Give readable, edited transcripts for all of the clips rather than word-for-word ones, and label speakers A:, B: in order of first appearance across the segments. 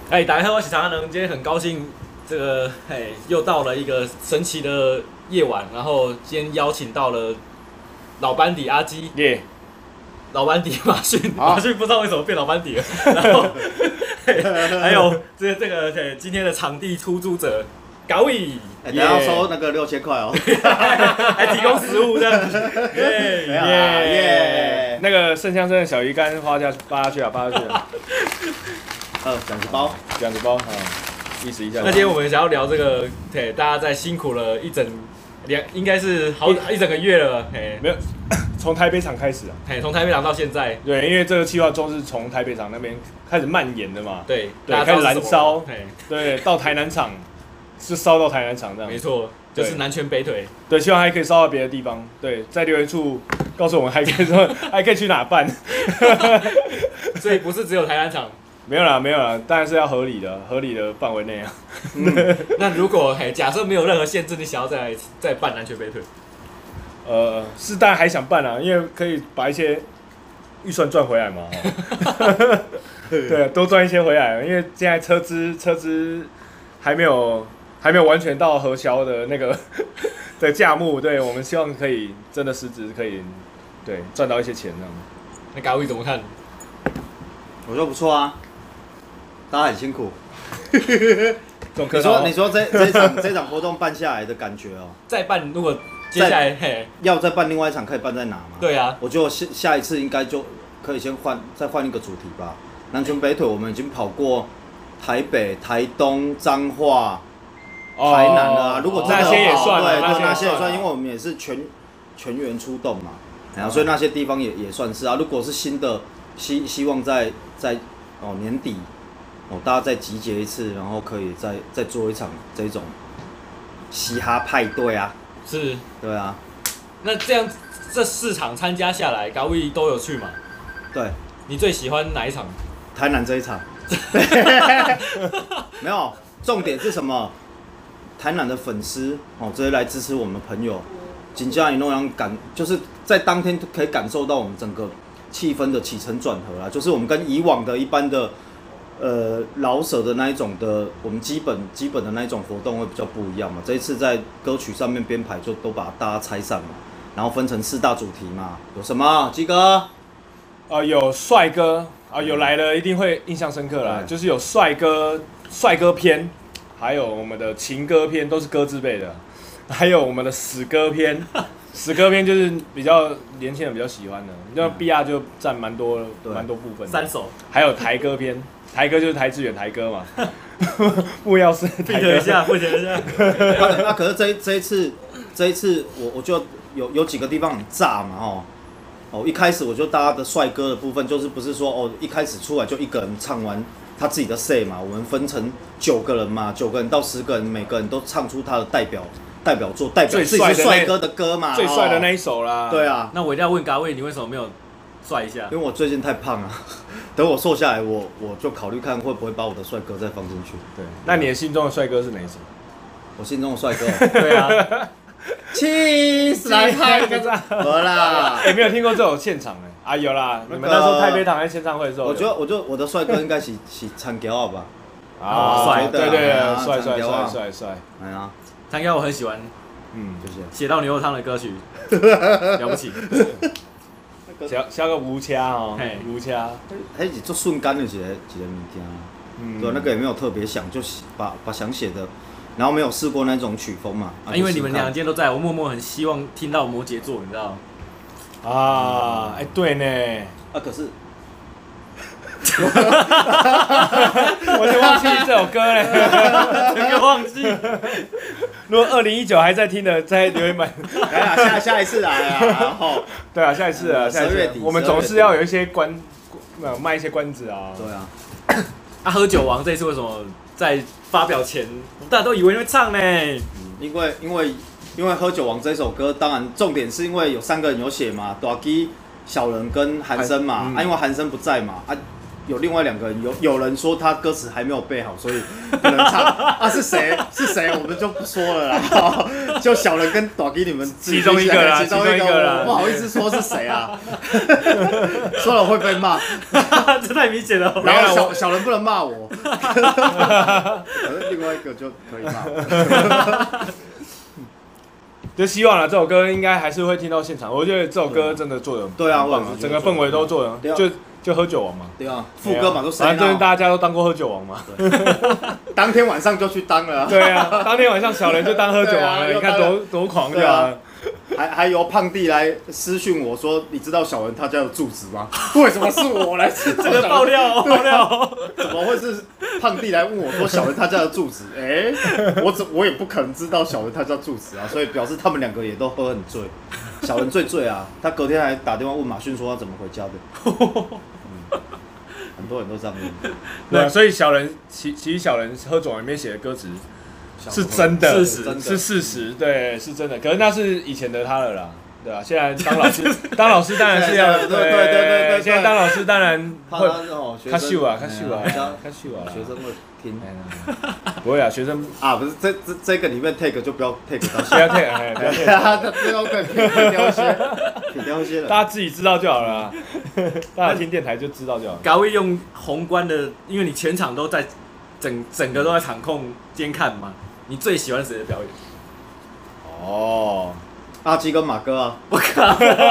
A: 哎，大家好，我是常安能，今天很高兴，这个又到了一个神奇的夜晚，然后今天邀请到了老班底阿基，
B: 耶，
A: 老班底马逊，马逊不知道为什么变老班底了，然后还有这个今天的场地出租者高伟，
C: 等下要收那个6000块哦，
A: 还提供食物这样子，
C: 耶！
B: 那个盛香生的小鱼干发下去啊，
C: 奖子包，
B: 奖子包啊，意思一下。
A: 那今天我们想要聊这个，对，大家在辛苦了应该是一整个月了，
B: 没有，从台北场开始啊，
A: 从台北场到现在，
B: 对，因为这个企划中是从台北场那边开始蔓延的嘛，
A: 对，
B: 开始燃烧，对，到台南场是烧到台南场这样，
A: 没错，就是南拳北腿，
B: 对，希望还可以烧到别的地方，对，在留言处告诉我们还可以去哪办，
A: 所以不是只有台南场。
B: 没有啦，当然是要合理的范围内啊。
A: 那如果假设没有任何限制，你想要再办南拳北腿？
B: 是当然还想办啊，因为可以把一些预算赚回来嘛。对啊，多赚一些回来，因为现在车资还没有完全到核销的那个的价目，对，我们希望可以真的实质可以对赚到一些钱这样。
A: 那高伟怎么看？
C: 我说不错啊。大家很辛苦。你说这场活动办下来的感觉哦？
A: 再办，如果接下来
C: 要再办另外一场，可以办在哪吗？
A: 对啊，
C: 我觉得下一次应该就可以再换一个主题吧。南拳北腿我们已经跑过台北、台东、彰化、台南了啊。如果
B: 那些也算，
C: 对，那些也算，因为我们也是全员出动嘛，所以那些地方也算是啊。如果是新的，希望在年底。大家再集结一次，然后可以再做一场这种嘻哈派对啊！
A: 是，
C: 对啊。
A: 那这4场参加下来，高伟都有去嘛？
C: 对。
A: 你最喜欢哪一场？
C: 台南这一场。没有，重点是什么？台南的粉丝这些来支持我们的朋友，真的有那种就是在当天可以感受到我们整个气氛的起承转合啦，就是我们跟以往的一般的。老舍的那一种的，我们基本的那一种活动会比较不一样嘛。这一次在歌曲上面编排就都把大家拆散嘛，然后分成4大主题嘛。有什么？基哥？
B: 有帅哥啊，有来了一定会印象深刻啦。就是有帅哥篇，还有我们的情歌篇，都是歌字辈的，还有我们的死歌篇。死歌篇就是比较年轻人比较喜欢的，那 BR 就占蛮多部分。
A: 3首。还
B: 有台歌篇。台歌就是台志远台歌嘛，木曜是台歌。
A: 一下。
C: 那可是这一次我就有几个地方很炸嘛一开始我就大家的帅哥的部分就是不是说一开始出来就一个人唱完他自己的 say 嘛，我们分成9个人嘛，9个人到10个人，每个人都唱出他的代表作，代表自己是帅哥的歌嘛，
B: 最帅的那一首啦。
C: 对啊。
A: 那我一定要问高伟，你为什么没有帅一下？
C: 因为我最近太胖了。等我瘦下来，我就考虑看会不会把我的帅哥再放进去。
B: 对，那你的心中的帅哥是哪一首？
C: 我心中的帅哥，
A: 对啊，
C: 气死来拍个照，好啦。
B: 没有听过这种现场有啦，你们那时候台北场在签唱会的时候，
C: 我的帅哥应该是参加吧？
B: 帅，对，帅，
C: 哎呀，
A: 参加我很喜欢，
C: 谢谢。
A: 写到牛肉汤的歌曲，了不起。
B: 写个无掐无掐，
C: 还是做瞬间的一个物件，对，那个也没有特别想，就把想写的，然后没有试过那种曲风嘛。
A: 因为你们2今天都在，我默默很希望听到摩羯座，你知道？
B: 对呢。
C: 可是，
B: 我就忘记这首歌了，
A: 整个忘记。
B: 如果2019还在听的，在留言板。
C: 下一次来啊！
B: 对啊，下一次
C: 10月底，
B: 我们总是要有一些卖一些关子啊。
C: 对啊。
A: 喝酒王这次为什么在发表前，大家都以为你会唱呢？
C: 因为喝酒王这首歌，当然重点是因为有3个人有写嘛，大基、小人跟韩生嘛。因为韩生不在嘛， 有另外2个人，有人说他歌词还没有背好，所以不能唱啊。是谁？我们就不说了啦。就小人跟短 K 你们
B: 其中一个啦，其中一个啦，
C: 我不好意思说是谁啊，说了会被骂，
A: 这太明显了。
C: 然后小人不能骂我，另外一个就可以骂我。
B: 就希望啦，这首歌应该还是会听到现场。我觉得这首歌真的做的
C: 对啊，
B: 很棒啊，整个氛围都做的，就喝酒王嘛。
C: 对啊，副歌嘛都塞。
B: 反正大家都当过喝酒王嘛。
C: 当天晚上就去当了。
B: 对啊，当天晚上小人就当喝酒王了，你看多狂对吧？
C: 还由胖弟来私讯我说，你知道小人他家的住址吗？为什么是我来知道？
A: 这个爆料，
C: 怎么会是胖弟来问我说小人他家的住址？我也不可能知道小人他家住址啊，所以表示他们2个也都喝很醉，小人最醉啊，他隔天还打电话问马逊说他怎么回家的。很多人都这样问。
B: 对啊，所以其实小人喝酒里面写的歌词。是真的，是事实，对，是真的。可是那是以前的他了啦，对吧？现在当老师当然是要，对。现在当老师当然会，他秀啊，学生会听，不会啊，学生
C: 啊，不是这个里面 take 就不要 take 到，
B: 不要 take， 不要 take，
C: 最后可以撇掉一些了，
B: 大家自己知道就好了，大家听电台就知道就好。
A: 高一用宏观的，因为你全场都在整个都在场控监看嘛。你最喜欢谁的表演？
B: 哦，
C: 阿基跟马哥啊！
A: 我靠，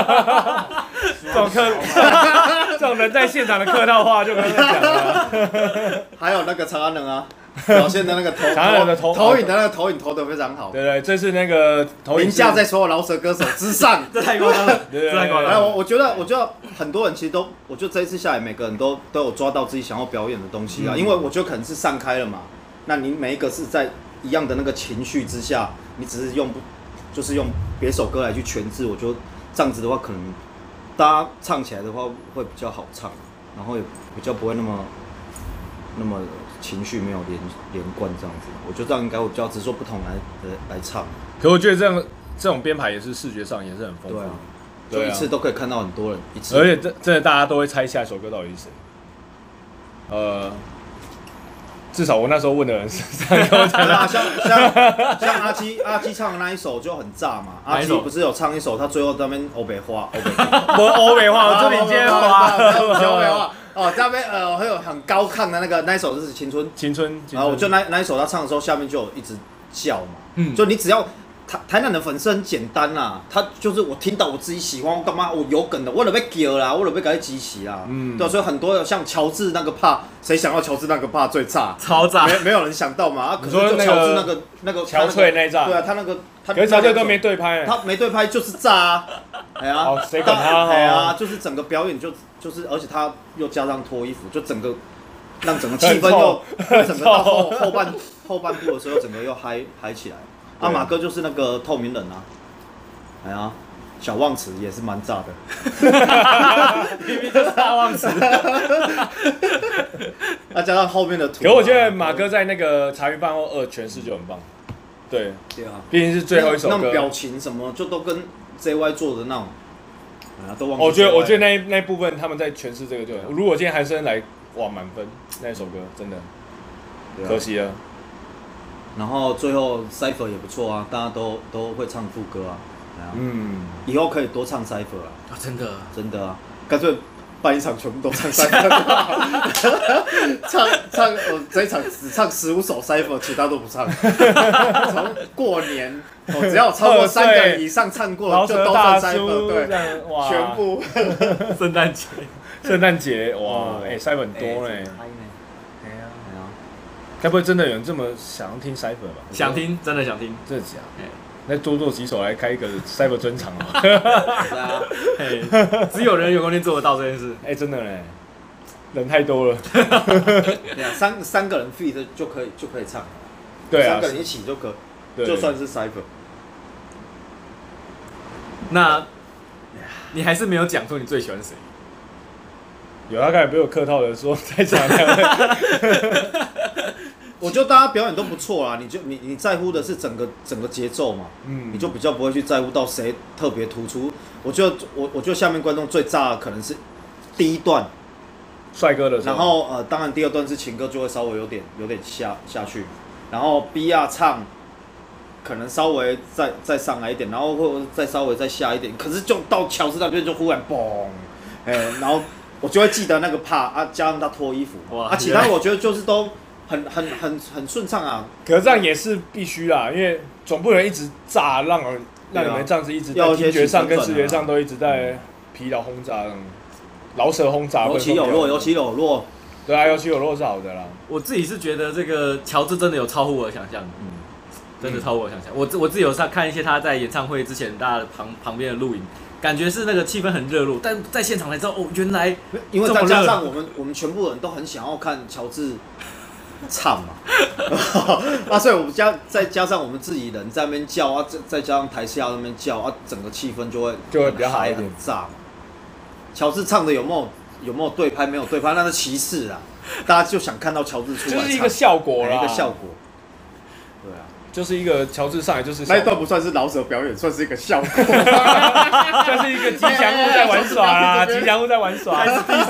B: 这种人在现场的客套话就可以讲了。
C: 还有那个长安人啊，表现的那个投影的那个投影投得非常好。
B: 对，这是那个投影
C: 凌驾在所有饶舌歌手之上，
A: 这太夸张了，这太夸张了。
C: 我觉得很多人其实都，我觉得这一次下来，每个人都有抓到自己想要表演的东西啊，因为我觉得可能是散开了嘛。那你每一个是在一样的那个情绪之下，你只是用别首歌来去诠释，我觉得这样子的话，可能大家唱起来的话会比较好唱，然后也比较不会那么情绪没有连贯这样子。我觉得这样应该会比较只说不同来唱。
B: 可我觉得这种编排也是视觉上也是很丰富，
C: 对啊，就一次都可以看到很多人一次，
B: 而且真的大家都会猜下一首歌到底是谁。至少我那时候问的人是这样跟我讲的。
C: 像阿基唱的那一首就很炸嘛。阿基不是有唱一首，他最后在那边欧北话，
B: 欧北话，我这里接话，
C: 欧北话。哦，这边还有很高亢的那一首就是青春。然后我就那一首他唱的时候，下面就有一直叫嘛。就你只要台南的粉丝很简单啦，他就是我听到我自己喜欢，我干嘛我有梗的，我就要叫啦，我就要给他支持啦。对，所以很多像乔治那个怕，谁想要乔治那个怕最炸？
A: 超炸，
C: 没有人想到嘛。可是就乔治那个
B: 乔翠那一炸，
C: 对啊，他那个
B: 可是乔翠都没对拍，
C: 他没对拍就是炸啊。哎呀，
B: 谁管他？
C: 哎呀，就是整个表演就是，而且他又加上脱衣服，就整个让整个气氛又整个到后半部的时候，整个又嗨起来。马哥就是那个透明人啊，哎呀，小忘词也是蛮炸的，
A: 明明就是大忘词。
C: 加上后面的图，
B: 可我觉得马哥在那个茶余饭后2诠释就很棒，对啊，毕竟是最后一首歌，
C: 那种表情什么就都跟 JY 做的那种，都忘
B: 记。我觉得那部分他们在诠释这个就，如果今天韩生来，哇，满分那首歌真的，可惜了。
C: 然后最后 Cypher 也不错啊，大家都会唱副歌啊，以后可以多唱 Cypher 啊，
A: 真
C: 的啊，干脆办一场全部都唱 Cypher， 唱这一场只唱15首 Cypher， 其他都不唱，从过年只要超过3个人以上唱过就都算 Cypher， 对，全部
B: 圣诞节哇，Cypher 很多嘞。该不会真的有人这么想要听 Cypher 吧？
A: 想听，真的想听，
B: 真的假的？那多做几首来开一个 Cypher 专场啊！
A: 只有人有空间做得到这件事。
B: 真的嘞，人太多了。
C: 三个人 feat 就可以唱，
B: 对啊，
C: 3个人一起就可，就算是 Cypher。
A: 那你还是没有讲出你最喜欢谁？
B: 有，他刚才被我客套的说在讲两位。
C: 我觉得大家表演都不错啦，你在乎的是整个节奏嘛，你就比较不会去在乎到谁特别突出。我觉得下面观众最炸的可能是第一段，
B: 帅哥的时候。
C: 然后当然第二段是情歌就会稍微有点下去，然后 BR 唱可能稍微再上来一点，然后或者再稍微再下一点，可是就到乔治那边就忽然嘣，然后我就会记得那个怕啊，加上他脱衣服，其他我觉得就是都很顺畅啊。
B: 可是这样也是必须啦，因为总不能一直炸，让你们这样子一直在听觉上跟视觉上都一直在疲劳轰炸，老舍轰炸，
C: 有起有落，有起有落。
B: 对啊，有起有落是好的啦。
A: 我自己是觉得这个乔治真的有超乎我的想象，真的超乎我的想象。我自己有看一些他在演唱会之前大家的旁边的录影，感觉是那个气氛很热络，但在现场才知道哦，原来
C: 因为再加上我们全部人都很想要看乔治唱嘛，所以我们再加上我们自己人在那边叫啊，再加上台下那边叫啊，整个气氛就会
B: 比较好一点，
C: 很炸嘛。乔治唱的有没有对拍？没有对拍，那是其次啦。大家就想看到乔治出来唱，
B: 就是一个效果啦，
C: 一个效果。对啊，
B: 就是一个乔治上来就是
C: 那一段不算是老舍表演，算是一个效果，
B: 算是一个吉祥物在玩耍啦，吉祥物在玩耍。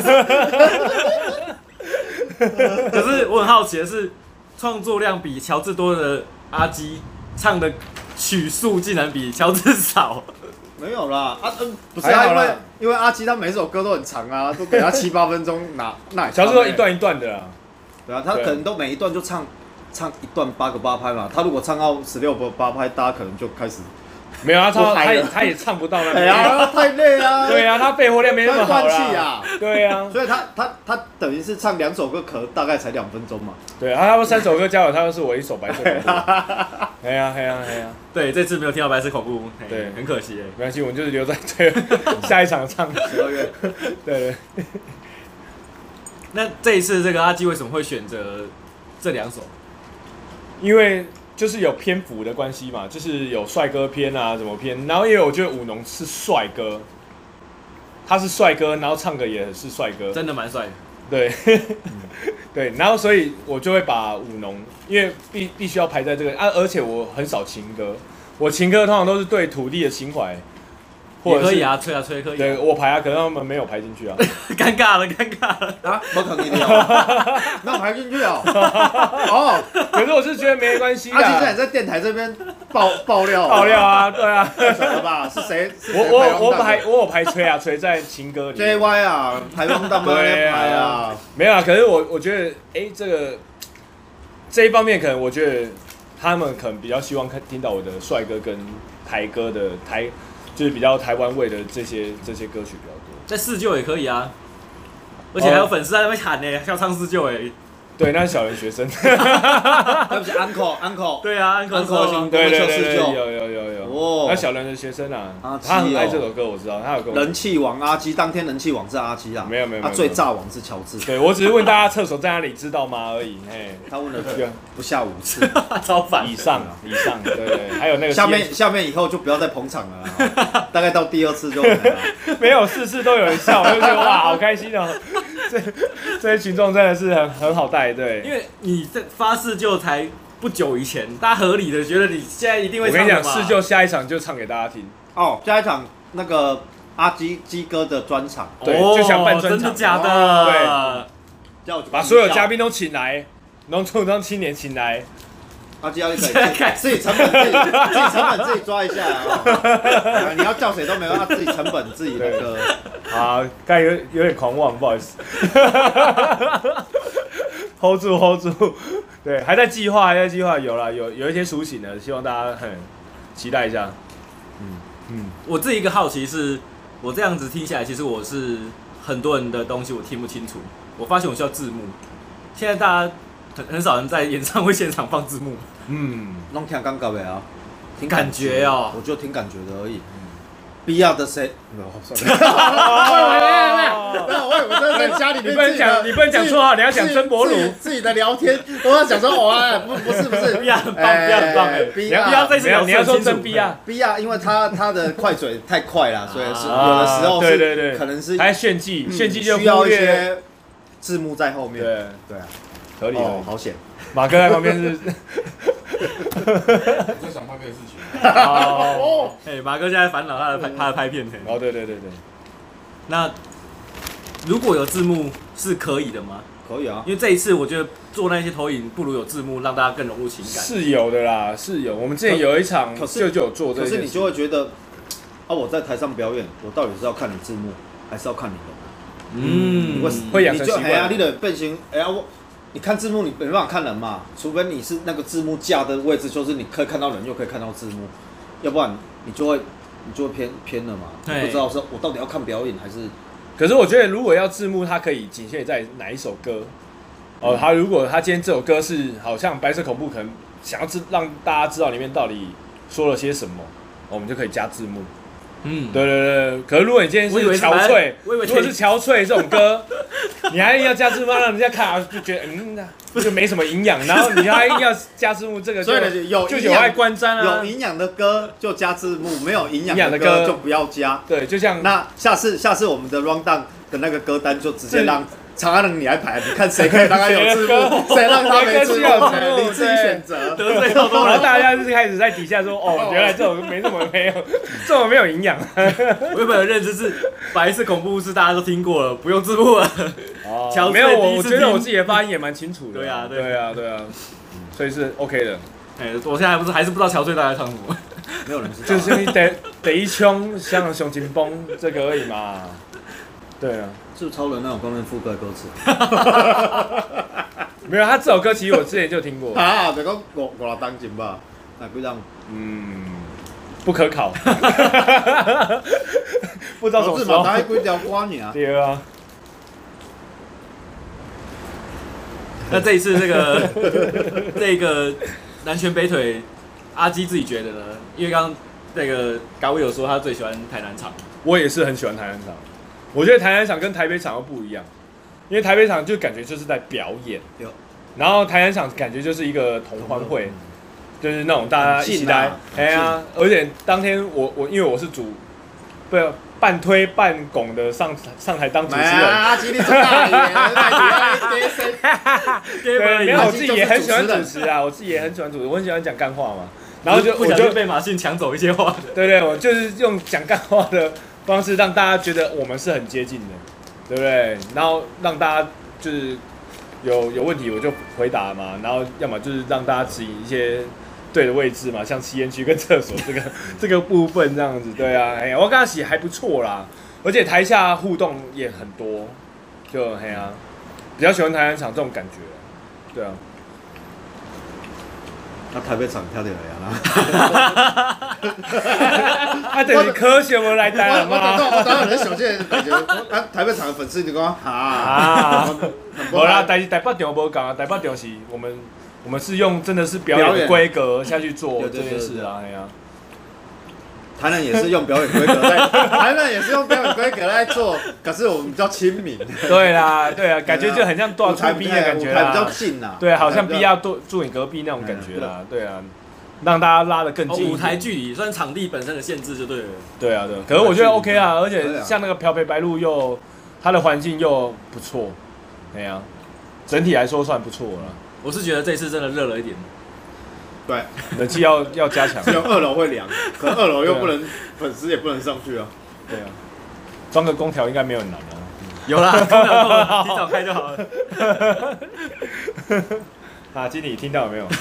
A: 可是我很好奇的是，创作量比乔治多的阿基唱的曲数竟然比乔治少。
C: 没有啦，不是啊，因为阿基他每首歌都很长啊，都给他7、8分钟，那
B: 乔治都一段一段的啦。
C: 对啊，他可能都每一段就唱一段8个8拍嘛，他如果唱到16个8拍，大家可能就开始。
B: 没有他也唱不到那边。
C: 对啊，太累啊。
B: 对啊，他肺活量没那么好
C: 啦。
B: 对啊，
C: 所以他等于是唱2首歌，可能大概才2分钟嘛。
B: 对啊，他们3首歌加了，他就是我一首白色恐怖。哎呀。
A: 对，这次没有听到白色恐怖，
B: 对，
A: 很可惜哎。
B: 没关系，我们就是留在下一场唱
C: 12月。
B: 对。
A: 那这一次这个阿基为什么会选择这2首？
B: 因为就是有篇幅的关系嘛，就是有帅哥篇啊，什么篇，然后因为我觉得舞农是帅哥，他是帅哥，然后唱歌也是帅哥，
A: 真的蛮帅的。
B: 对，对，然后所以我就会把舞农，因为必须要排在这个啊，而且我很少情歌，我情歌通常都是对土地的情怀。
A: 也可以啊，吹可以。
B: 对，我排啊，可能他们没有排进去啊。
A: 尴尬了
C: 啊！不可能的，那排进去哦。哦，
B: 可是我是觉得没关系的。
C: 阿基现在在电台这边爆料
B: 啊，对啊。
C: 什么吧？是谁？
B: 我有排吹在情歌里。
C: JY 啊，排放档对啊。
B: 没有啊，可是我觉得，这一方面可能我觉得他们可能比较希望听到我的帅哥跟台歌的就是比较台湾味的这些歌曲比较多，
A: 在四旧也可以啊，而且还有粉丝在那边喊呢，要唱四旧哎。
B: 对，那是小人学生。
C: 对不起 ，uncle。
A: 对啊
C: ，uncle 型
B: 对，
C: 有。
B: 哦，那小人的学生啊，他很爱这首歌，我知道，他有跟我。
C: 人气王阿基，当天人气王是阿基啊。
B: 没有。
C: 他最炸王是乔治。
B: 对，我只是问大家厕所在哪里，知道吗而已。
C: 他问了不下5次，
A: 超烦。
B: 以上，对，还有那个
C: 下面以后就不要再捧场了啦，大概到第2次就
B: 没有4次都有人笑，我就觉得哇，好开心哦。这些群众真的是很好带，对。
A: 因为你在发誓就才不久以前，大家合理的觉得你现在一定会唱。
B: 我跟你讲，试就下一场就唱给大家听。
C: 哦，下一场那个阿基哥的专场，
B: 对，就想办专场。
A: 真的假的？
B: 对，把所有嘉宾都请来，农村当青年请来。
C: 阿基可以自己成本自己抓一下啊！你要叫谁都没有，自己成本自己那个。
B: 好，刚才有点狂妄，不好意思。hold 住，对，还在计划，有啦，有一些雏形的，希望大家很期待一下。
A: 我自己一个好奇是，我这样子听下来，其实我是很多人的东西我听不清楚，我发现我需要字幕。现在大家很少人在演唱会现场放字幕。
C: 弄听感觉的啊，
A: 听感觉哦，
C: 我就听感觉的而已。必要的谁？没有，我真的在家里面
B: 你不能讲错话，你要讲曾博儒
C: 自己的聊天，我要讲说不是，
A: 必要很棒，
C: 必
A: 要再
B: 你要说真必
C: 要，因为他的快嘴太快了，所以是有的时候
B: 对，
C: 可能是
B: 还炫技就
C: 需要一些字幕在后面，对啊，
B: 合理
C: 哦，好险，
B: 马哥在旁边是。
D: 我在想拍片的事情。
A: 马哥现在烦恼他的拍片。
B: 对。
A: 那如果有字幕是可以的吗？
C: 可以啊，
A: 因为这一次我觉得做那些投影不如有字幕，让大家更融入情感。
B: 是有的啦，是有。我们之前有一场就有做这件事，
C: 可是你就会觉得，我在台上表演，我到底是要看你字幕，还是要看你的？
B: 会养成习惯。
C: 你的变形，你看字幕你没办法看人嘛，除非你是那个字幕架的位置，就是你可以看到人又可以看到字幕，要不然你就会偏了嘛，不知道说我到底要看表演还是。
B: 可是我觉得，如果要字幕，它可以仅限在哪一首歌？他如果他今天这首歌是好像白色恐怖，可能想要让大家知道里面到底说了些什么，我们就可以加字幕。对。可是如果你今天是憔悴，如果是憔悴这种歌，你还硬要加字幕，让人家看就觉得就没什么营养。然后你还硬要加字幕，这个就有碍观瞻啊。
C: 有营养的歌就加字幕，没有营养的歌就不要加。
B: 对，就像
C: 那下次我们的 rundown 的那个歌单就直接让长安人你来排，你看谁可以让他有字幕，谁让他没字幕，你自己选择。
B: 然后大家就是开始在底下说，原来这种没这么没有营养。
A: 我原本的认知是白色恐怖是大家都听过了，不用字幕了。
B: 没有，我觉得我自己的发音也蛮清楚的。
A: 对啊，
B: 所以是 OK 的。
A: 我现在还是不知道憔悴大家唱什么，
C: 没有人知道。
B: 就是第一枪像熊紧绷这个而已嘛。对啊，
C: 是不是超人那种光面副歌的歌词？
B: 没有，他这首歌其实我之前就听过。
C: 就讲5当前吧，几张？
B: 不可考。不知道什么时候。
C: 打几条歌尔。
B: 对啊。
A: 那这一次这个南拳北腿，阿基自己觉得呢？因为刚刚那个高伟有说他最喜欢台南场，
B: 我也是很喜欢台南场。我觉得台南场跟台北场又不一样，因为台北场就感觉就是在表演，然后台南场感觉就是一个同欢会，就是那种大家一起来，而且当天我因为我是半推半拱的上台当主持人，
C: 你这大
B: 爷，没有，我自己也很喜欢主持啊，我很喜欢讲干话嘛，然后
A: 我就被马信抢走一些话的，
B: 对，我就是用讲干话的方式让大家觉得我们是很接近的，对不对？然后让大家就是有问题我就回答嘛，然后要么就是让大家指引一些对的位置嘛，像吸烟区跟厕所这个部分这样子，对啊，我跟他洗还不错啦，而且台下互动也很多，就比较喜欢台南场这种感觉，对啊。
C: 台北场跳起来啊！
B: 就是科学无来台了嘛。
C: 我当然很想这感觉，台北场的粉丝就讲
B: 无啦，但是台北场无讲，台北场是我们是用真的是表演的规格下去做这件事啊，
C: 台南也是用表演规格在做，可是我们比较亲民。
B: 对啦，感觉就很像多少逼的感觉啦，
C: 比较近啦。
B: 对，好像逼要住你隔壁那种感觉啦，对啊，让大家拉得更近。
A: 舞台距离算场地本身的限制就对了。
B: 对啊。可是我觉得 OK 啊，而且像那个漂培白鹿它的环境又不错，整体来说算不错了。
A: 我是觉得这次真的热了一点。
C: 对，
B: 冷气要加强。
C: 只有2楼会凉，可2楼又不能，粉丝也不能上去啊。
B: 对啊，装个空调应该没有很难啊。
A: 有啦，空调提早开就好了。
B: 经理听到有没有？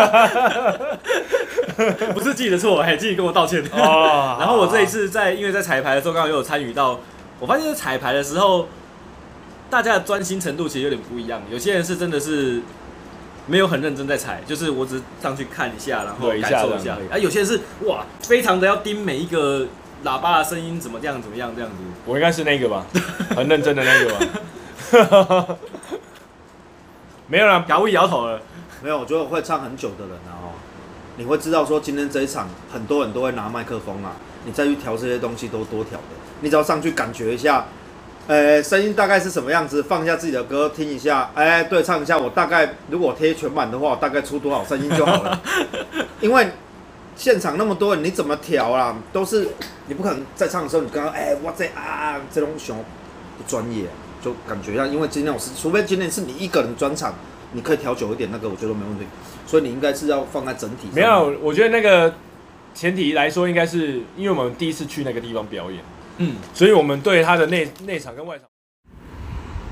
A: 不是自己的错，经理跟我道歉。然后我这一次因为在彩排的时候刚好有参与到，我发现彩排的时候，大家的专心程度其实有点不一样。有些人是真的是没有很认真在踩，就是我只是上去看一下，然后感受一下而已。有些人是非常的要盯每一个喇叭的声音怎么样这样子。
B: 我应该是那个吧，很认真的那个吧。没有啦，
A: 摇头了。
C: 没有，我觉得会唱很久的人你会知道说今天这一场很多人都会拿麦克风啊，你再去调这些东西都多调的，你只要上去感觉一下。声音大概是什么样子？放一下自己的歌听一下，对唱一下。我大概如果贴全版的话，我大概出多少声音就好了。因为现场那么多人，你怎么调啦？都是你不可能在唱的时候，你刚刚我在这种熊不专业，就感觉上，因为今天除非今天是你一个人专场，你可以调久一点，那个我觉得没问题。所以你应该是要放在整体上。
B: 没有，我觉得那个前提来说，应该是因为我们第一次去那个地方表演。所以我们对他的内场跟外场，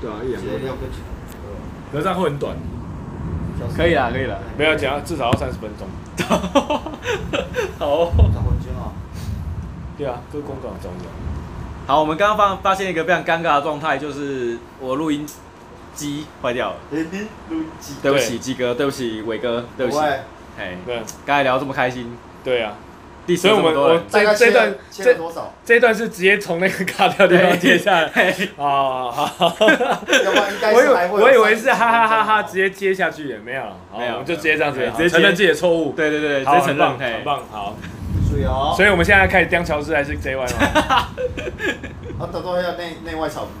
B: 对啊，1、2个。
C: 要跟起
B: 可是这样会很短。
A: 可以啦，可以啦。
B: 没有讲，至少要30分钟。
A: 好。
C: 10分钟啊。对啊，
B: 这个公告很重要。
A: 好，我们刚刚发现一个非常尴尬的状态，就是我录音机坏掉了。
C: 录音机。
A: 对不起，鸡哥，对不起，伟哥，对不起。哎，对，刚才聊这么开心。
B: 对啊。
A: 所以
B: 我这段
C: 切多少？
B: 这段是直接从那个卡掉地方接下来。啊，好。我以为是哈哈哈哈直接接下去也没有，没有，我们就直接这样子，直接承认自己的错误。
A: 对，直接承认，
B: 很棒，好。
C: 所
B: 以我们现在开始刁乔治还是 JY 吗？
C: 啊，等一下内外场。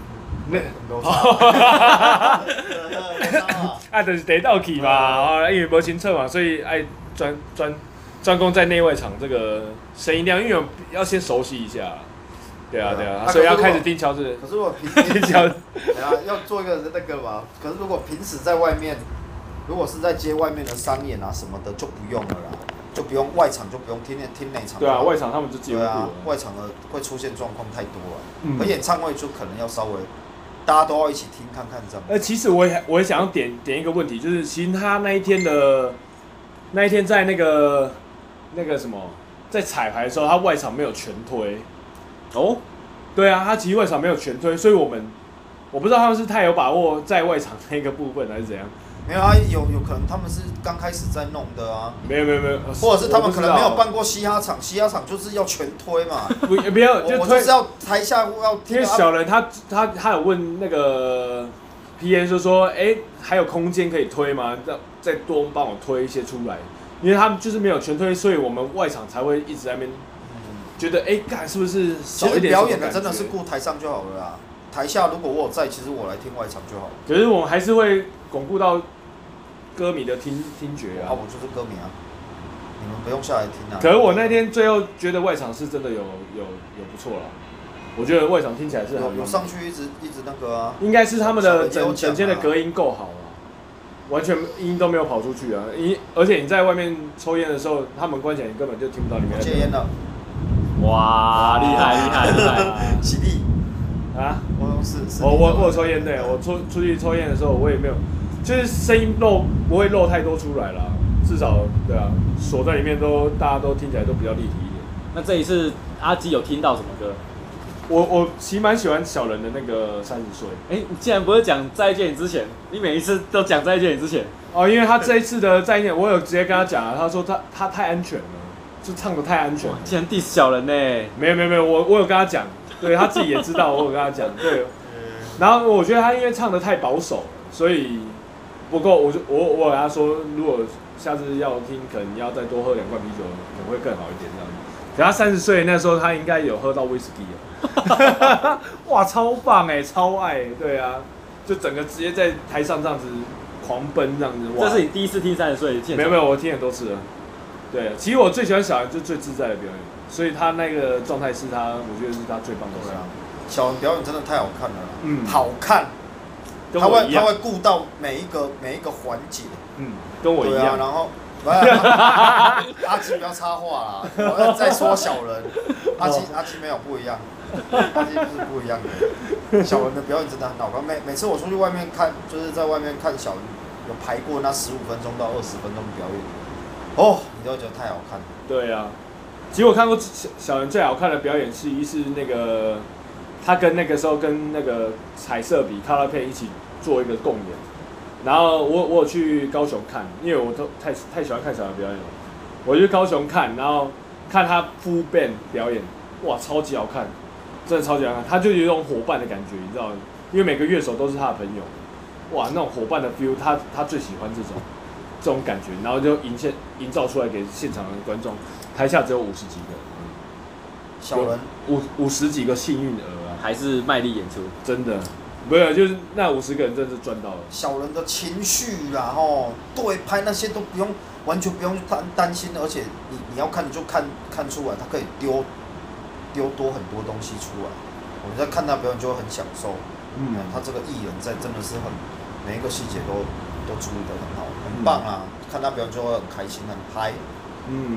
B: 就是得到起嘛，因为无清楚嘛，所以爱专攻在内外场这个声音量，因为要先熟悉一下。对啊，所以要开始盯乔治。
C: 可是我盯乔治，要做一个那个嘛。可是如果平时在外面，如果是在接外面的商演啊什么的，就不用了啦，就不用外场，就不用听内场。
B: 对啊，外场他们就接不住了。
C: 外场的会出现状况太多了，而演唱会就可能要稍微。大家都要一起听看看这样。
B: 其实我也想要点一个问题，就是其实他那一天在那个什么，在彩排的时候，他外场没有全推。哦，对啊，他其实外场没有全推，所以我不知道他们是太有把握在外场那个部分还是怎样。
C: 没有啊，有可能他们是刚开始在弄的啊。
B: 没有，
C: 或者是他们可能没有办过嘻哈场，嘻哈场就是要全推嘛。
B: 不要，
C: 我就是要台下要听。
B: 因为小人他有问那个 PN 就说，还有空间可以推吗？再多帮我推一些出来，因为他们就是没有全推，所以我们外场才会一直在那边觉得，干是不是少一点？
C: 其实表演的真的是顾台上就好了啦。台下如果我有在，其实我来听外场就好了。
B: 可是我们还是会巩固到歌迷的听觉啊。
C: 我就是歌迷啊，你们不用下来听啊。
B: 可是我那天最后觉得外场是真的有不错啦，我觉得外场听起来是
C: 有上去一直那个啊。
B: 应该是他们的整间的隔音够好啊，完全音都没有跑出去啊。而且你在外面抽烟的时候，他们关起来，你根本就听不到里面。
C: 戒烟了。
A: 哇，厉害！
C: 起立。
B: 啊！
C: 我
B: 有抽烟，对，我出去抽烟的时候，我也没有，就是声音不会漏太多出来啦，至少对啊，锁在里面大家都听起来都比较立体一点。
A: 那这一次阿基有听到什么歌？
B: 我其实蛮喜欢小人的那个30岁。
A: 你既然不是讲再见你之前，你每一次都讲再见你之前。
B: 哦，因为他这一次的再见，我有直接跟他讲啊，他说他太安全了，就唱得太安全了。
A: 竟然 diss 小人呢？
B: 没有，我有跟他讲。对他自己也知道，我有跟他讲，对。然后我觉得他因为唱得太保守了，所以不够。我有跟他说，如果下次要听，可能要再多喝2罐啤酒，可能会更好一点这样。可他30岁那时候，他应该有喝到威士忌了。哇，超棒超爱，对啊，就整个直接在台上这样子狂奔这样子。
A: 这是你第一次听30岁？
B: 没有，我听很多次了。对，其实我最喜欢小人，就是最自在的表演。所以他那个状态是我觉得是他最棒的事。
C: 小人表演真的太好看了，好看，他会顾到每一个环节，
B: 跟我一样。
C: 然后，阿基不要插话啦，我要再说小人，阿基没有不一样，阿基不是不一样的。小人的表演真的很好看，每次我出去外面看，就是在外面看小人有排过那15分钟到20分钟的表演，你都觉得太好看了。
B: 对啊。其实我看过小人最好看的表演是那个他跟那个时候跟那个彩色笔 Color Pen 一起做一个共演，然后我有去高雄看，因为我都太喜欢看小人表演了，我去高雄看，然后看他 Full Band 表演，哇，超级好看，真的超级好看，他就有一种伙伴的感觉，你知道吗？因为每个乐手都是他的朋友，哇，那种伙伴的 feel， 他最喜欢这种感觉，然后就营造出来给现场的观众。台下只有50几个，
C: 小人
B: 50几个幸运儿啊，
A: 还是卖力演出，
B: 真的，没有，就是那50个人真的是赚到了。
C: 小人的情绪啦，对拍那些都完全不用担心，而且你要看你就看出来，他可以丢多很多东西出来，我们在看他表演就会很享受。他这个艺人真的是每一个细节都处理得很好，很棒啊！看他表演就会很开心，很嗨。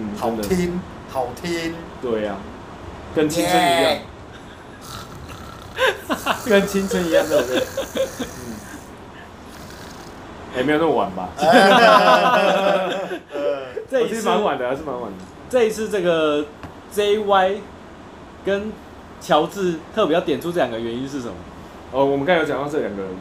C: 好听。
B: 对呀，跟青春一样。 跟青春一样热烈。也没有那么晚吧？
A: 这一次
B: 其实蛮晚的，还是蛮晚的。
A: 这一次这个 JY 跟乔治特别要点出这2个原因是什么？
B: 哦，我们刚才有讲到这2个人。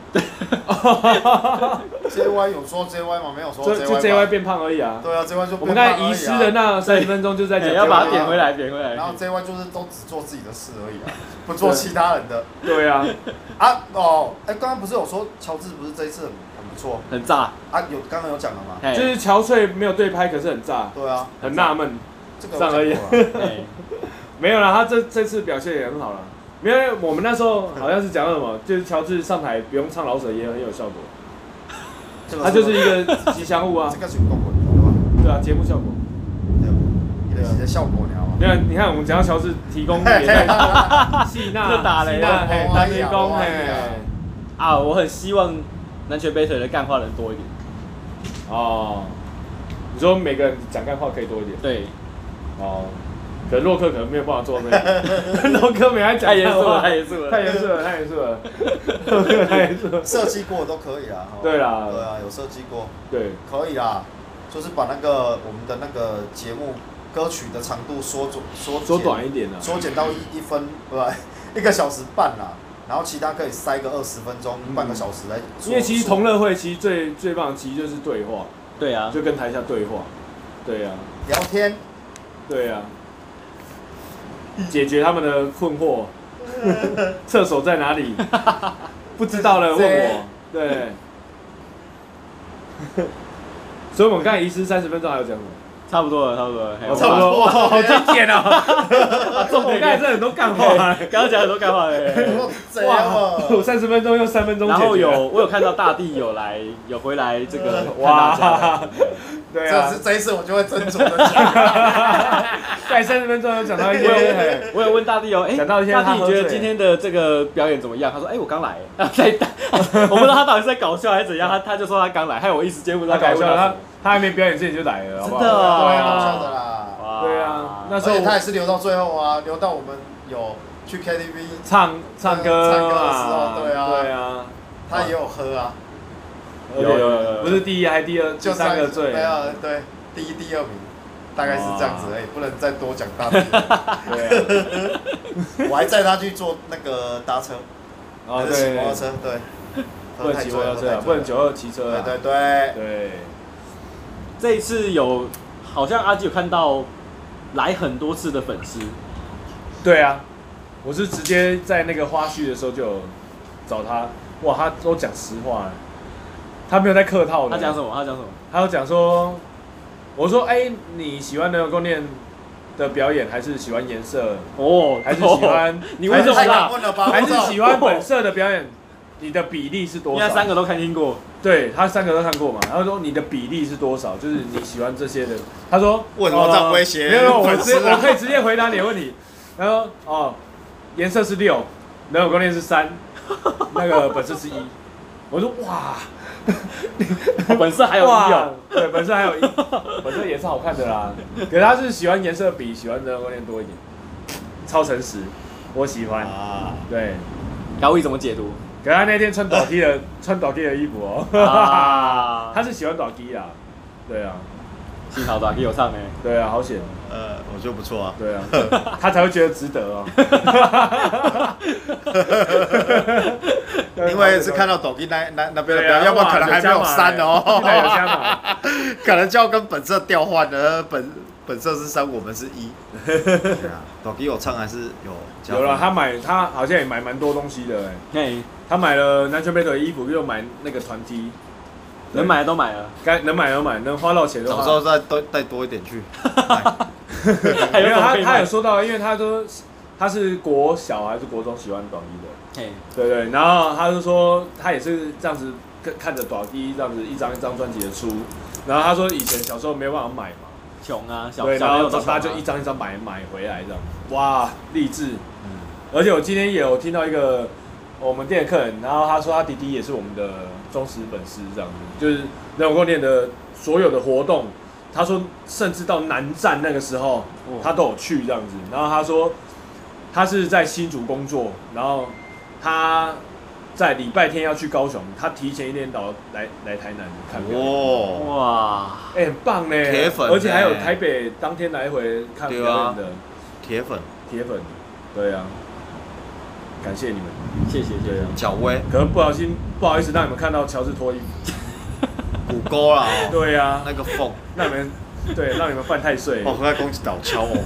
D: JY 有说 JY 吗？没有说 JY
B: 就 JY 变胖而已啊。
D: 对啊，JY 就
B: 我们刚才遗失的那30分钟就在讲，
A: 要把它点回来，点回来。
D: 然后 JY 就是都只做自己的事而已啊，不做其他人的。
B: 对啊。
D: 刚刚不是有说乔治不是这一次很不错，
A: 很炸
D: 啊？刚刚有讲了吗？
B: 就是乔翠没有对拍，可是很炸。
D: 对啊，
B: 很纳闷，
D: 这个
B: 这样而已。没有啦，他这次表现也很好啦。因为我们那时候好像是讲到什么，就是乔治上台不用唱老舍也很有效果。他就是一个吉祥物啊。
D: 这个是效果，对吧？
B: 对啊，节目效果。
D: 对，你的效果你好吗？
B: 你看我们讲到乔治提供戏纳
A: 打雷
B: 啊，单员工
A: 啊，我很希望南拳北腿的干话人多一点。
B: 哦，你说每个人讲干话可以多一点。
A: 对。
B: 哦。可能洛克可能没有办法做那个，洛克没爱讲，
A: 太严肃了，太严肃了，
B: 太严肃了，太严肃了，洛克太严肃了。
D: 设计过都可以啦。
B: 对啦，
D: 对啊，有设计过，
B: 对，
D: 可以啦，就是把我们的那个节目歌曲的长度缩
B: 短一点啦，
D: 缩减到1分，不，1个小时半啦。然后其他可以塞个20分钟、半个小时来。
B: 因为其实同乐会其实最棒的其实就是对话。
A: 对啊，
B: 就跟台下对话。对啊。
D: 聊天。
B: 对啊。解决他们的困惑，厕所在哪里？不知道了，问我。对。所以我们刚才遗失30分钟，还有讲什么？
A: 差不多了，差不多了。
B: 差不多。哇，好经典哦！重点刚才是很多干话，
A: 刚刚讲很多干话嘞。
B: 哇，我30分钟用3分钟。
A: 然后我有看到大地有回来这个哇。
D: 对啊，这一次我就会斟酌的讲。
B: 在30分钟有讲到一些，
A: 我有问大地讲到一些，大地觉得今天的这个表演怎么样？他说：“我刚来。”我不知道他到底是在搞笑还是怎样，他就说他刚来，害我一时间不知道该问他。
B: 他还没表演之前就来了，好不好？
A: 真的
D: 对啊，搞笑的啦。
B: 对啊，那时候
D: 他也是留到最后啊，留到我们有去 KTV
B: 唱歌
D: 的时候，对啊，他也有喝啊。
B: 有，不是第一还第二，
D: 就
B: 3个罪。
D: 没有，对，第1、第2名，大概是这样子而已，不能再多讲大名。对。我还载他去坐那个搭车，
B: 对，
D: 骑摩托车，对。
B: 不能骑摩托车啊，不能92骑车啊。
D: 对。
A: 这一次好像阿基有看到来很多次的粉丝。
B: 对啊，我是直接在那个花絮的时候就有找他，哇，他都讲实话，他没有在客套的。
A: 他讲什么？
B: 他有讲说，我说，你喜欢人工练的表演，还是喜欢颜色？还是喜欢？
A: 你问这么大，
B: 还是喜欢本色的表演？你的比例是多少？
A: 因为3个都听过。
B: 对，他3个都看过嘛。他说你的比例是多少？就是你喜欢这些的。他说
D: 为什么这样威胁？
B: 没有，我可以直接回答你的问题。他说颜色是6，人偶光练是3，那个本色是1。我说哇，
A: 本色还有1哦。
B: 对，本色还有1，本色也是好看的啦。可是他是喜欢颜色比喜欢人偶光练多一点，超诚实，我喜欢。对。
A: 高一怎么解读？
B: 可是他那天穿短 T 的衣服哦，他是喜欢短 T 啦，对啊，
A: 幸好短 T 有唱
B: 对啊，好险，
D: 我觉得不错啊，
B: 对啊，他才会觉得值得哦，
D: 因为是看到抖音那边的表演，要不然可能还没有删哦，可能就要跟本色调换的，本色是3，我们是1。对啊，抖音有唱还是有
B: 了，他好像也买蛮多东西的他买了南拳北腿的衣服，又买那个团 T，
A: 能买的都买了，
B: 能买都买，能花到钱都花。
D: 早知道再带多一点去。
B: 没有他有说到，因为他说他是国小还是国中喜欢短衣的，对，然后他就说他也是这样子看着短衣这样子一张专辑的出，然后他说以前小时候没有办法买嘛，
A: 穷啊，
B: 对，然后长大就一张买回来这样，哇，励志。而且我今天也有听到一个我们店的客人，然后他说他弟弟也是我们的忠实粉丝，这样子，就是人偶光练的所有的活动，他说甚至到南站那个时候他都有去这样子，然后他说他是在新竹工作，然后他在礼拜天要去高雄，他提前1天到来台南看表演。
A: 哇，
B: 很棒呢，
D: 铁粉，
B: 而且还有台北当天来回看表演的
D: 铁粉，
B: 对啊，感谢你们，
A: 谢谢。
D: 脚威，
B: 可能不好意思让你们看到乔治脱衣服。
D: 骨沟啦，
B: 对啊，
D: 那个缝，
B: 让你们犯太岁。
D: 我在讲一道敲我，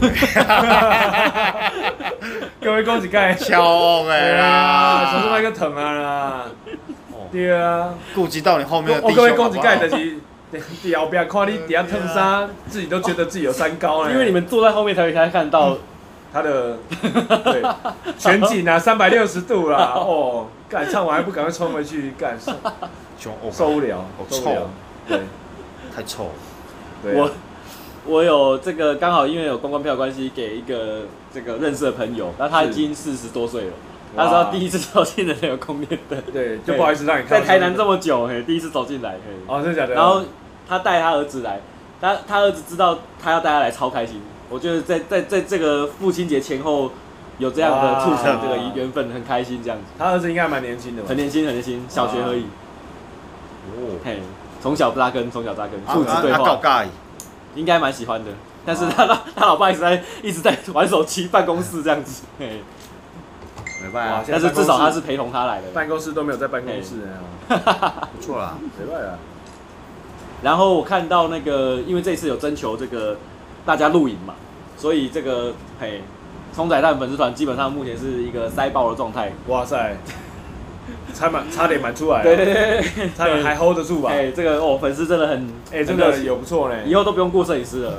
B: 各位恭喜盖
D: 敲我
B: 对啊，乔治麦克疼啊啦，对啊，
D: 顾及到你后面的弟兄。
B: 各位恭喜盖就是在后边看你底下烫衫，自己都觉得自己有三高
A: 因为你们坐在后面才看到
B: 他的对全景啊，360度啦，哦，干唱完还不赶快冲回去干。受不了，
D: 臭，
B: 对，
D: 太臭了。
B: 对，
A: 我有这个刚好因为有公关票的关系，给一个这个认识的朋友，那他已经40多岁了，他说第一次走进的那个供电灯，
B: 对，就不好意思让你看
A: 在台南这么久，第一次走进来，
B: 哦，真的假的？
A: 然后他带他儿子来，他儿子知道他要带他来，超开心。我觉得在这个父亲节前后有这样的促成这个缘分，很开心这样子。
B: 他儿子应该蛮年轻的吧？
A: 很年轻，小学而已。哦，嘿，从小扎根，父子对话，应该蛮喜欢的。但是他老爸一直在玩手机，办公室这样子，嘿，
D: 没办法。
A: 但是至少他是陪同他来的，
B: 办公室都没有在办公室啊，
D: 不错啦，
B: 没办法。
A: 然后我看到那个，因为这一次有征求这个大家录影嘛，所以这个嘿，冲仔蛋粉丝团基本上目前是一个塞爆的状态。
B: 哇塞！差点满出来，
A: 对，
B: 差点还 hold 得住吧？
A: 哎，这个粉丝真的很，
B: 真的有不错呢。
A: 以后都不用雇摄影师了，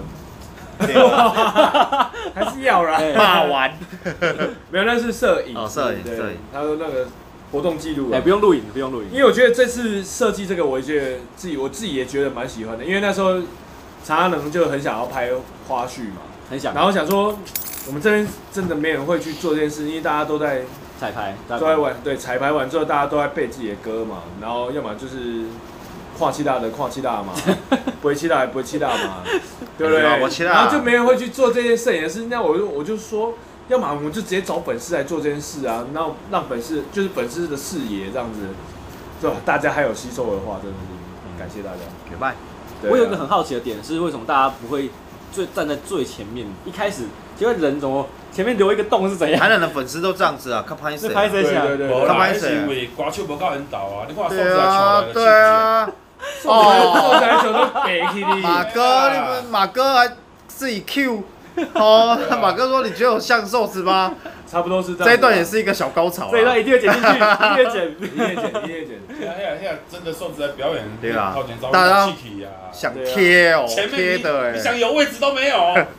B: 还是要啦，
D: 骂完，
B: 没有，那是摄影，
D: 摄影，
B: 他说那个活动记录，
A: 不用录影，
B: 因为我觉得这次设计这个，我自己也觉得蛮喜欢的，因为那时候常常能就很想要拍花絮嘛，
A: 很想，
B: 然后想说我们这边真的没人会去做这件事，因为大家都在。
A: 彩排
B: 都在玩，对，彩排完之后大家都在背自己的歌嘛，然后要么就是跨气大嘛，不会气大嘛，对不对？然后就没人会去做这件摄影的事，那我就说，要么我们就直接找粉丝来做这件事啊，然后让粉丝的视野这样子，对吧？大家还有吸收的话，真的是感谢大家。
D: 给拜。
A: 我有一个很好奇的点是，为什么大家不会站在最前面？一开始结果人怎么？前面留一个洞是怎样？
D: 台南的粉丝都这样子啊，较拍谁？
A: 拍谁想？
B: 对，
E: 较拍谁？因为歌手无够引导啊！你看瘦子来球
D: 对啊，
B: 瘦子来球都北去你。
D: 马哥还自己 Q， 哦，马哥说你觉得我像瘦子吗？
B: 差不多是这样。
D: 这一段也是一个小高潮，
A: 这一段一定会剪进去，一定会
B: 剪。
E: 现在真的瘦子在表演，
D: 对啊，
E: 大家气体啊，
D: 想贴哦，
E: 前
D: 贴的哎，
E: 你想有位置都没有。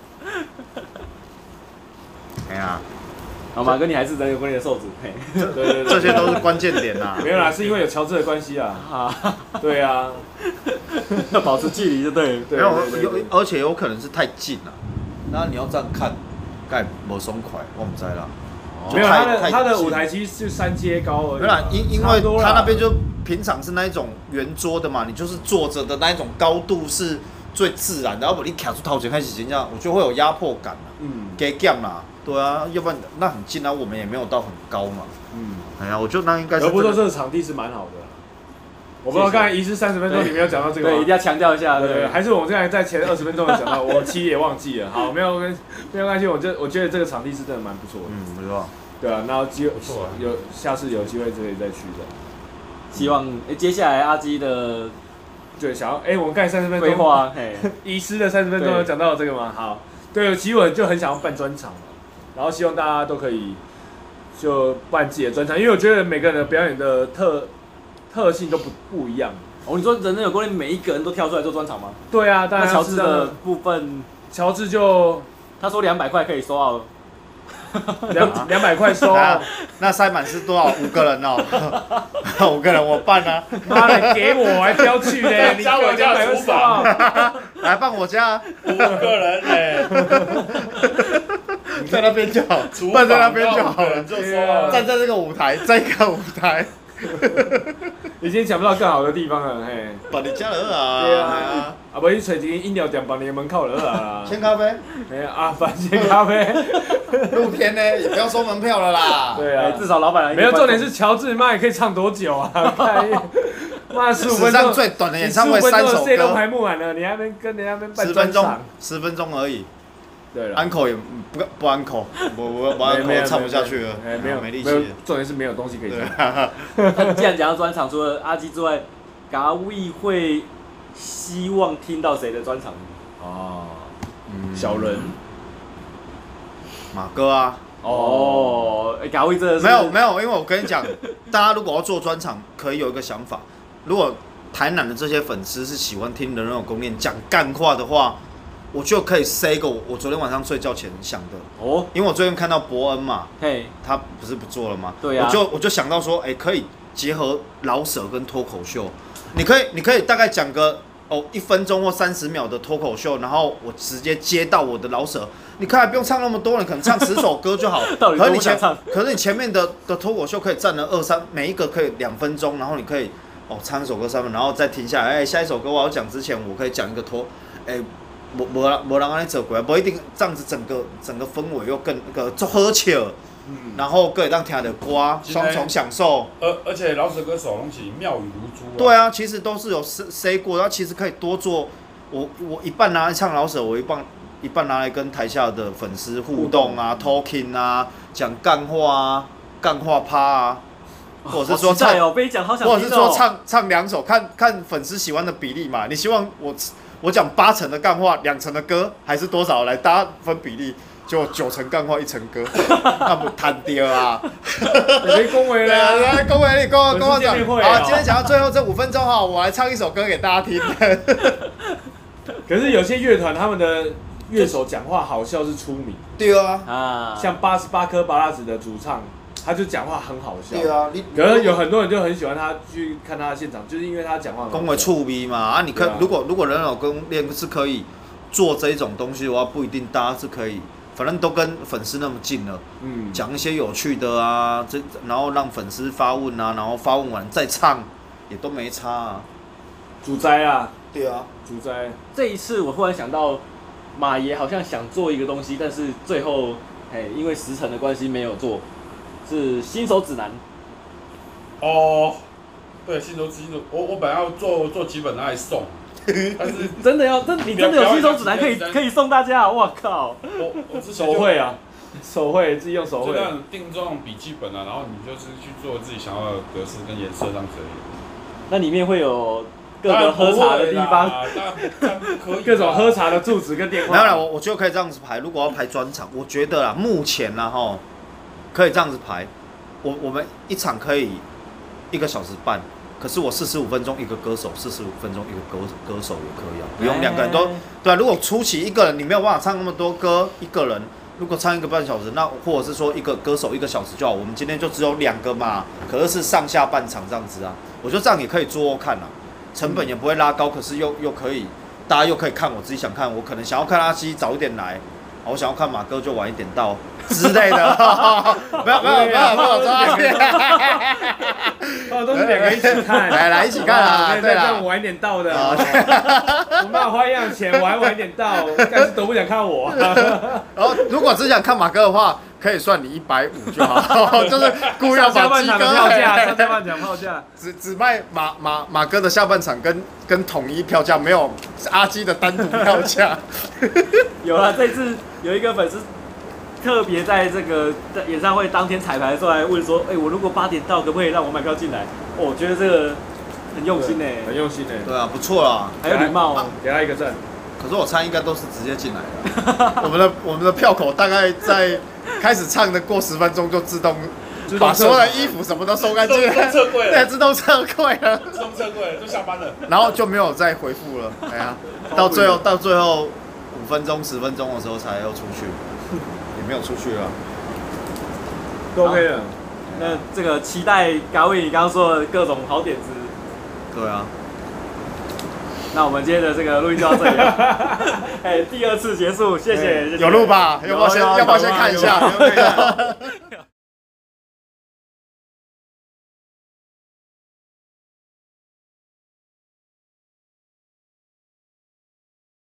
D: 哎呀，
A: 好，马哥，你还是真有关你的瘦子，
B: 对，
D: 这些都是关键点呐。
B: 没有啦，是因为有乔治的关系啊。对啊，
A: 要保持距离就对。
D: 没有，而且有可能是太近了。那你要这样看，该没松快，我不知啦。
B: 没有，他的舞台其实是3阶高而已。
D: 没有，因为他那边就平常是那一种圆桌的嘛，你就是坐着的那一种高度是最自然的，要不你卡出头前开始这样，我觉得会有压迫感啦。给减啦。对啊，要不然那很近啊，我们也没有到很高嘛。哎呀，我觉得那应该是。
B: 不过这个场地是蛮好的。我不知道刚才仪式30分钟你没有讲到这个，
A: 对，一定要强调一下，
B: 对，还是我们刚才在前20分钟有讲到，我其实也忘记了。好，没有关系，我觉得这个场地是真的蛮不错的。
D: 不错。
B: 对啊，然后下次有机会就可以再去的。
A: 希望接下来阿基的
B: 对想要我们刚才30分钟
A: 规划，
B: 仪式的30分钟有讲到这个吗？好，对，其实我就很想要办专场嘛。然后希望大家都可以就办自己的专场，因为我觉得每个人的表演的特性都不一样。
A: 哦，你说人有功，每一个人都跳出来做专场吗？
B: 对啊，当然。
A: 乔治的部分，
B: 乔治就
A: 他说200块可以收到
B: ，200块收。
D: 那塞满是多少？5个人哦，5个人我办啊！
B: 妈的，给我还挑去嘞！你
E: 加我家厨房，
D: 来办我家
E: 5个人哎。
D: 在那边就好，站在那边就好了，站在这个舞台，这个舞台，
B: 已经想不到更好的地方了，嘿。
D: 把你家人啊，
B: 对啊，不无去找一间饮料店放你门口就好啦。
D: 签咖啡，
B: 没有阿凡鲜咖啡。
D: 露天呢也不要收门票了啦。
B: 对啊，
A: 至少老板
B: 没有重点是乔治妈也可以唱多久啊？妈15分钟，
D: 史上最短的演唱会3首
B: 歌都
D: 歌，
B: 排不完了，你还没跟人家办
D: 10分钟
B: 专场
D: ，10分钟而已。
B: 对了，
D: 安口也不安口，我安口唱不下去了，
B: 没有
D: 没力气了。
B: 重点是没有东西可以唱。
A: 那既然讲到专场，除了阿基之外，嘎位会希望听到谁的专场？
B: 哦，小人，
D: 马哥啊。
A: 哦，嘎位真的是
D: 没有，因为我跟你讲，大家如果要做专场，可以有一个想法，如果台南的这些粉丝是喜欢听人肉公练讲干话的话，我就可以 say 个我昨天晚上睡觉前想的哦，因为我最近看到伯恩嘛，
A: 嘿，
D: 他不是不做了吗？
A: 对啊，
D: 我就想到说，可以结合老舍跟脱口秀，你可以大概讲个1分钟或30秒的脱口秀，然后我直接接到我的老舍。你看，不用唱那么多，你可能唱10首歌就好。可是你前面的脱口秀可以占了2-3，每一个可以2分钟，然后你可以唱一首歌3分，然后再停下来。下一首歌我要讲之前，我可以讲一个没人安尼做过，不一定这样子整个氛围又更做好笑，然后可以让听的歌双重享受。
E: 而且老舍歌手拢是妙语如珠。
D: 对啊，其实都是有 say 过，然后其实可以多做。我一半拿来唱老舍，我一半拿来跟台下的粉丝互动啊 ，talking 啊，讲干话啊，干话趴啊，或者是说唱
A: 被讲好想
D: 或者是说唱2首，看粉丝喜欢的比例嘛。你希望我讲8成的干话，2成的歌，还是多少来大家分比例？就9成干话，1成歌，那不摊掉啊！
B: 你恭维了，
D: 恭维你，恭维讲。
B: 好，
D: 今天讲到最后这5分钟哈，我来唱一首歌给大家听。
B: 可是有些乐团他们的乐手讲话好笑是出名。
D: 对啊，
B: 像88颗巴拉子的主唱，他就讲话很好笑。
D: 对啊，
B: 可是有很多人就很喜欢他去看他的现场，就是因为他讲话很好笑。
D: 恭维触鼻嘛啊！你可如果人有公练是可以做这一种东西的话，不一定大家是可以。反正都跟粉丝那么近了，讲一些有趣的啊，然后让粉丝发问啊，然后发问完再唱，也都没差啊。
B: 主宰啊，
D: 对啊，
B: 主宰。
A: 这一次我忽然想到，马爷好像想做一个东西，但是最后因为时辰的关系没有做，是新手指南。
E: 哦，对，新手我本来要做几本拿来送。但是
A: 真的你真的有新手指南可以送大家？我靠！
E: 我之前
B: 手绘啊，手绘自己用手绘，
E: 就那种定妆笔记本啊，然后你就是去做自己想要的格式跟颜色这样子而已。
A: 那里面会有各个喝茶的地方，
B: 各种喝茶的住址跟电话。
D: 没有啦，我觉得可以这样子排。如果要排专场，我觉得啦，目前啦哈，可以这样子排。我们一场可以1个小时半。可是我45分钟一个歌手，45分钟一个歌手也可以啊，不用2个人都对啊。如果初期一个人你没有办法唱那么多歌，一个人如果唱1个半小时，那或者是说一个歌手1个小时就好。我们今天就只有2个嘛，可是上下半场这样子啊，我觉得这样也可以做看啊，成本也不会拉高，可是又可以大家又可以看我自己想看，我可能想要看阿基早一点来，我想要看马哥就晚一点到之类的，没有，
B: 都是2个一起看，
D: 来一起看啊，对啦，
B: 我晚一点到的，我妈花一样钱，我还晚一点到，但是都不想看我。
D: 然后如果只想看马哥的话，可以算你150就好，就是故意要把鸡哥
B: 票价，下半场票价，
D: 只卖马哥的下半场跟统一票价，没有阿基的单独票价。
A: 有了，这次有一个粉丝特别在这个演唱会当天彩排的时候来问说，我如果8点到，可不可以让我买票进来？我觉得这个很用心
B: 很用心
D: 对啊，不错啦，
A: 还有礼貌
B: 给他1个赞。
D: 可是我猜应该都是直接进来的。我们的票口大概在开始唱的过10分钟就自动把所有的衣服什么都收干净，
E: 撤柜了，
D: 对，自动撤柜了，
E: 自动撤柜了，就下班了，
D: 然后就没有再回复了。哎呀，到最后5分钟10分钟的时候才又出去，也没有出去了，
B: 都 OK 了。
A: 那这个期待嘎伟你刚刚说的各种好点子。
D: 对啊。
A: 那我们今天的这个录音就到这里了。第2次结束，谢谢。
D: 有录吧？要不要先看一下？